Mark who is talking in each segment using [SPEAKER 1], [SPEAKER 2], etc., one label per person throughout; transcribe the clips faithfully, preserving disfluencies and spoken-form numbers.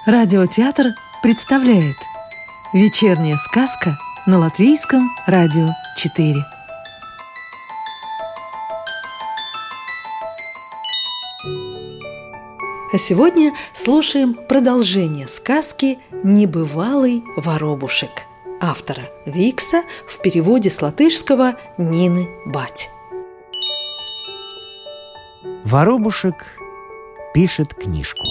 [SPEAKER 1] Радиотеатр представляет «Вечерняя сказка» на Латвийском радио четыре. А сегодня слушаем продолжение сказки «Небывалый воробушек» автора Викса в переводе с латышского Нины Бать.
[SPEAKER 2] Воробушек пишет книжку.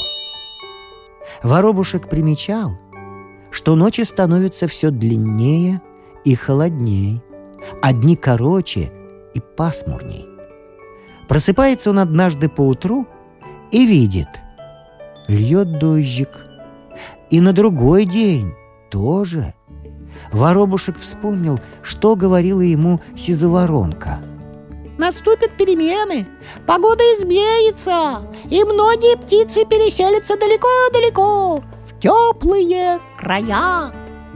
[SPEAKER 2] Воробушек примечал, что ночи становятся все длиннее и холодней, а дни короче и пасмурней. Просыпается он однажды поутру и видит — льет дождик. И на другой день тоже. Воробушек вспомнил, что говорила ему сизоворонка.
[SPEAKER 3] Наступят перемены, погода изменится, и многие птицы переселятся далеко-далеко, в теплые края.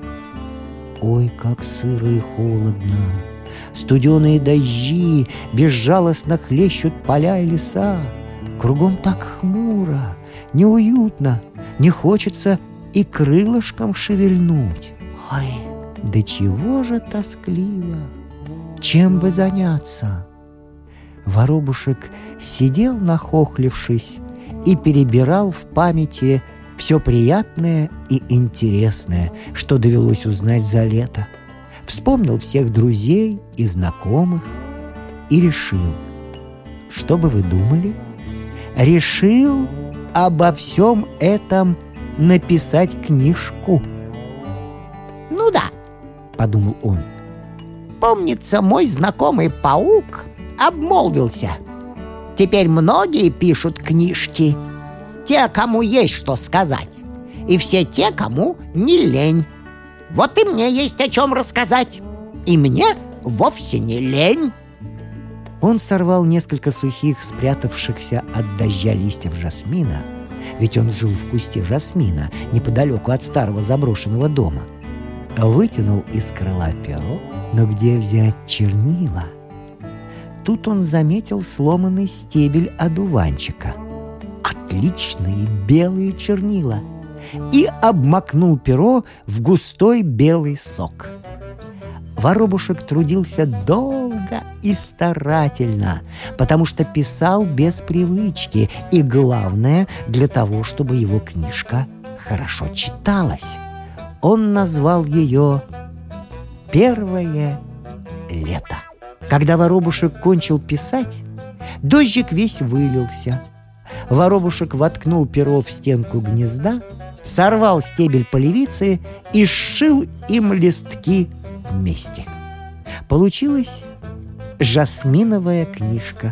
[SPEAKER 2] Ой, как сыро и холодно! Студеные дожди безжалостно хлещут поля и леса. Кругом так хмуро, неуютно, не хочется и крылышком шевельнуть. Ой, да чего же тоскливо! Чем бы заняться? Воробушек сидел, нахохлившись, и перебирал в памяти все приятное и интересное, что довелось узнать за лето. Вспомнил всех друзей и знакомых и решил. Что бы вы думали? Решил обо всем этом написать книжку.
[SPEAKER 3] Ну да,
[SPEAKER 2] подумал он.
[SPEAKER 3] Помнится, мой знакомый паук обмолвился: теперь многие пишут книжки, те, кому есть что сказать, и все те, кому не лень. Вот и мне есть о чем рассказать, и мне вовсе не лень.
[SPEAKER 2] Он сорвал несколько сухих, спрятавшихся от дождя листьев жасмина, ведь он жил в кусте жасмина неподалеку от старого заброшенного дома. Вытянул из крыла перо, но где взять чернила? Тут он заметил сломанный стебель одуванчика. Отличные белые чернила! И обмакнул перо в густой белый сок. Воробушек трудился долго и старательно, потому что писал без привычки, и, главное, для того, чтобы его книжка хорошо читалась. Он назвал ее «Первое лето». Когда воробушек кончил писать, дождик весь вылился. Воробушек воткнул перо в стенку гнезда, сорвал стебель полевицы и сшил им листки вместе. Получилась жасминовая книжка.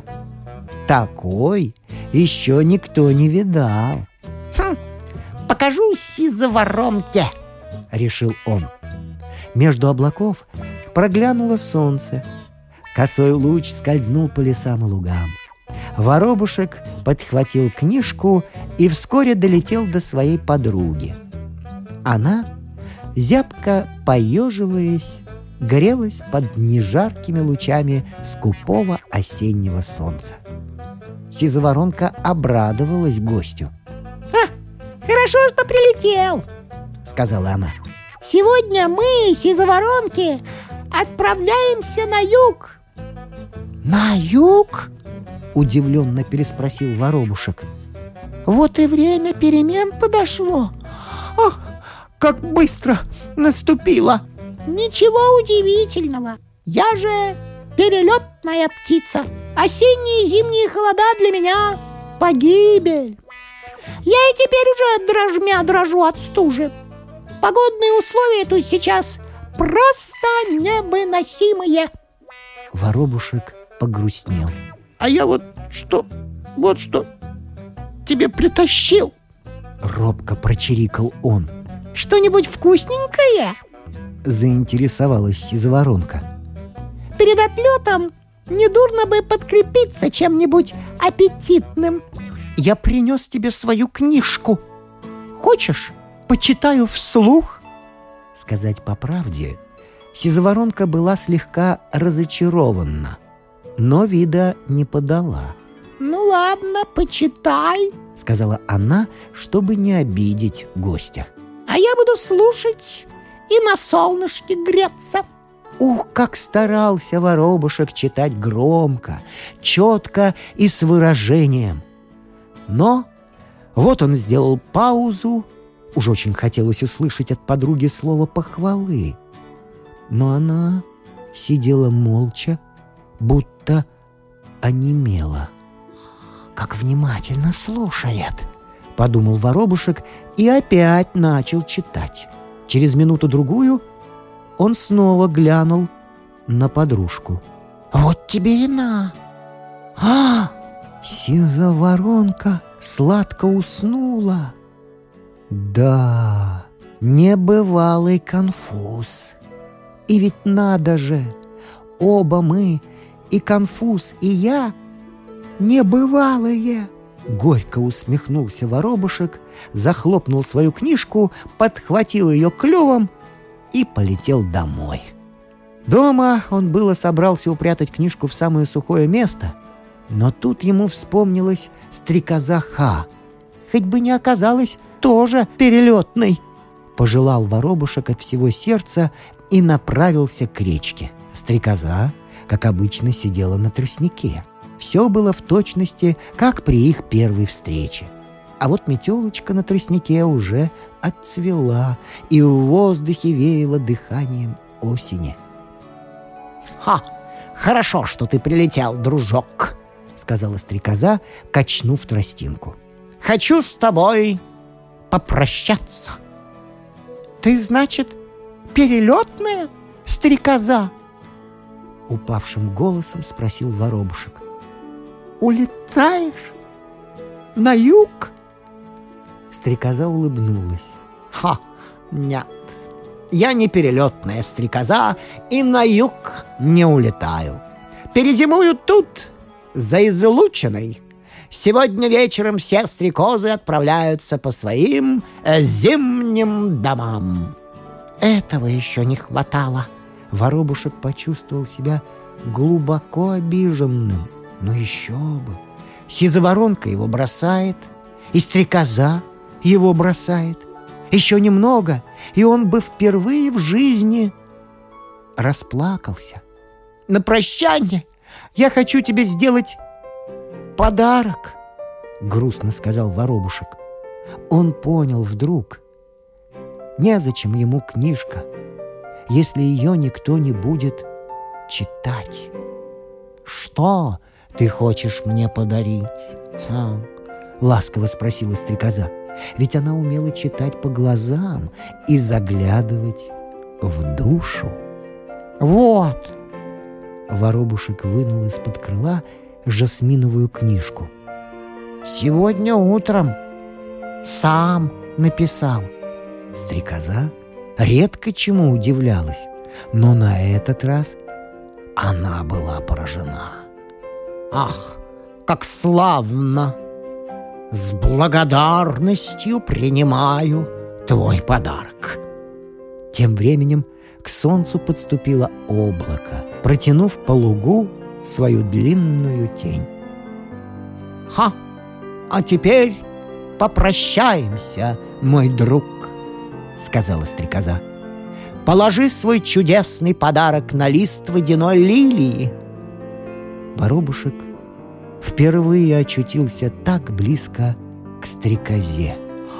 [SPEAKER 2] Такой еще никто не видал.
[SPEAKER 3] Хм, покажу сизоворонке,
[SPEAKER 2] решил он. Между облаков проглянуло солнце. Косой луч скользнул по лесам и лугам. Воробушек подхватил книжку и вскоре долетел до своей подруги. Она, зябко поеживаясь, грелась под нежаркими лучами скупого осеннего солнца. Сизоворонка обрадовалась гостю.
[SPEAKER 3] «А, хорошо, что прилетел», — сказала она. «Сегодня мы, сизоворонки, отправляемся на юг».
[SPEAKER 2] «На юг?» — удивленно переспросил воробушек.
[SPEAKER 3] «Вот и время перемен подошло. Ах, как быстро наступило!» «Ничего удивительного. Я же перелетная птица. Осенние и зимние холода для меня — погибель. Я и теперь уже дрожмя дрожу от стужи. Погодные условия тут сейчас просто невыносимые».
[SPEAKER 2] Воробушек погрустнел.
[SPEAKER 3] «А я вот что, вот что тебе притащил»,
[SPEAKER 2] — робко прочирикал он.
[SPEAKER 3] «Что-нибудь вкусненькое?»
[SPEAKER 2] — заинтересовалась сизоворонка.
[SPEAKER 3] «Перед отлетом недурно бы подкрепиться чем-нибудь аппетитным».
[SPEAKER 2] «Я принес тебе свою книжку.
[SPEAKER 3] Хочешь,
[SPEAKER 2] почитаю вслух?» Сказать по правде, сизоворонка была слегка разочарована, но вида не подала.
[SPEAKER 3] «Ну ладно, почитай»,
[SPEAKER 2] — сказала она, чтобы не обидеть гостя.
[SPEAKER 3] «А я буду слушать и на солнышке греться».
[SPEAKER 2] Ух, как старался воробушек читать громко, четко и с выражением. Но вот он сделал паузу. Уж очень хотелось услышать от подруги слово похвалы. Но она сидела молча, будто онемела. «Как внимательно слушает», — подумал воробушек и опять начал читать. Через минуту-другую он снова глянул на подружку.
[SPEAKER 3] «Вот тебе и на!»
[SPEAKER 2] «А, сизоворонка сладко уснула!» Да, небывалый конфуз. И ведь надо же, оба мы, и конфуз, и я, небывалые. Горько усмехнулся воробушек, захлопнул свою книжку, подхватил ее клювом и полетел домой. Дома он было собрался упрятать книжку в самое сухое место, но тут ему вспомнилась стрекоза Ха. Хоть бы не оказалась тоже перелетной. Пожелал воробушек от всего сердца и направился к речке. Стрекоза, как обычно, сидела на тростнике. Все было в точности, как при их первой встрече. А вот метелочка на тростнике уже отцвела, и в воздухе веяло дыханием осени.
[SPEAKER 3] «Ха! Хорошо, что ты прилетел, дружок», — сказала стрекоза, качнув тростинку. «Хочу с тобой попрощаться». «Ты, значит, перелетная стрекоза?» — упавшим голосом спросил воробушек. «Улетаешь на юг?»
[SPEAKER 2] Стрекоза улыбнулась.
[SPEAKER 3] «Ха! Нет, я не перелетная стрекоза и на юг не улетаю. Перезимую тут, за излучиной. Сегодня вечером все стрекозы отправляются по своим э, зимним домам». Этого еще не хватало.
[SPEAKER 2] Воробушек почувствовал себя глубоко обиженным. Но еще бы! Сизоворонка его бросает, и стрекоза его бросает. Еще немного, и он бы впервые в жизни расплакался.
[SPEAKER 3] «На прощание я хочу тебе сделать подарок», — грустно сказал воробушек.
[SPEAKER 2] Он понял вдруг, незачем ему книжка, если ее никто не будет читать.
[SPEAKER 3] «Что ты хочешь мне подарить?»
[SPEAKER 2] а, — ласково спросила стрекоза. Ведь она умела читать по глазам и заглядывать в душу.
[SPEAKER 3] «Вот!»
[SPEAKER 2] Воробушек вынул из-под крыла жасминовую книжку.
[SPEAKER 3] «Сегодня утром сам написал».
[SPEAKER 2] Стрекоза редко чему удивлялась, но на этот раз она была поражена.
[SPEAKER 3] «Ах, как славно! С благодарностью принимаю твой подарок».
[SPEAKER 2] Тем временем к солнцу подступило облако, протянув по лугу свою длинную тень.
[SPEAKER 3] «Ха! А теперь попрощаемся, мой друг», — сказала стрекоза. «Положи свой чудесный подарок на лист водяной лилии».
[SPEAKER 2] Воробушек впервые очутился так близко к стрекозе.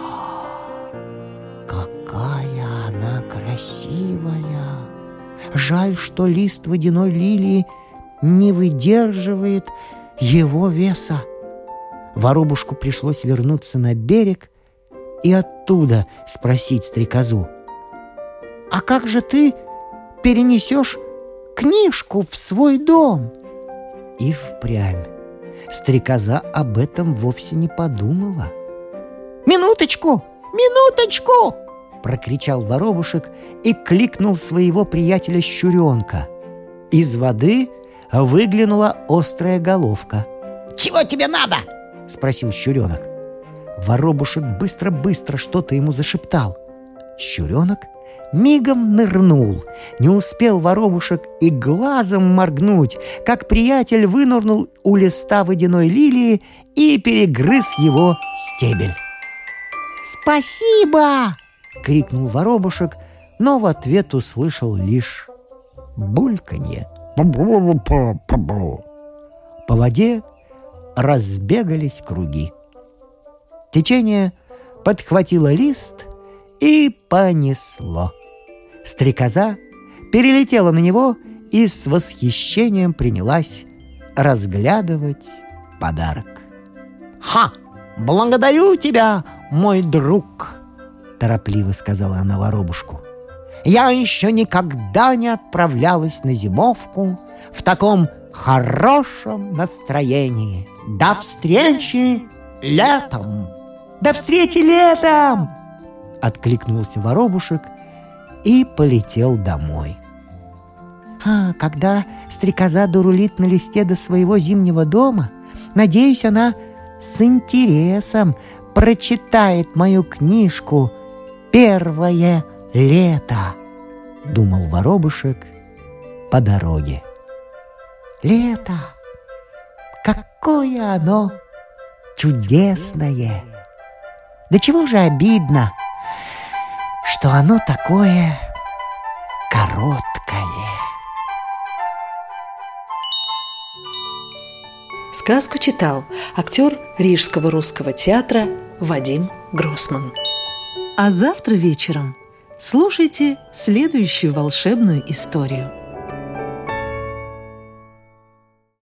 [SPEAKER 3] «Какая она красивая! Жаль, что лист водяной лилии не выдерживает его веса».
[SPEAKER 2] Воробушку пришлось вернуться на берег и оттуда спросить стрекозу:
[SPEAKER 3] «А как же ты перенесешь книжку в свой дом?»
[SPEAKER 2] И впрямь стрекоза об этом вовсе не подумала.
[SPEAKER 3] «Минуточку! Минуточку!»
[SPEAKER 2] — прокричал воробушек и кликнул своего приятеля Щуренка. Из воды выглянула острая головка.
[SPEAKER 3] «Чего тебе надо?»
[SPEAKER 2] — спросил Щуренок. Воробушек быстро-быстро что-то ему зашептал. Щуренок мигом нырнул. Не успел воробушек и глазом моргнуть, как приятель вынырнул у листа водяной лилии и перегрыз его стебель.
[SPEAKER 3] «Спасибо!»
[SPEAKER 2] — крикнул воробушек, но в ответ услышал лишь бульканье. По воде разбегались круги. Течение подхватило лист и понесло. Стрекоза перелетела на него и с восхищением принялась разглядывать подарок.
[SPEAKER 3] «Ха! Благодарю тебя, мой друг!»
[SPEAKER 2] — торопливо сказала она воробушку.
[SPEAKER 3] «Я еще никогда не отправлялась на зимовку в таком хорошем настроении. До встречи летом!»
[SPEAKER 2] «До встречи летом!» — откликнулся воробушек и полетел домой.
[SPEAKER 3] А когда стрекоза дурулит на листе до своего зимнего дома, надеюсь, она с интересом прочитает мою книжку «Первое лето», — думал воробушек по дороге. Лето! Какое оно чудесное! Да чего же обидно, что оно такое короткое.
[SPEAKER 1] Сказку читал актер Рижского русского театра Вадим Гроссман. А завтра вечером слушайте следующую волшебную историю.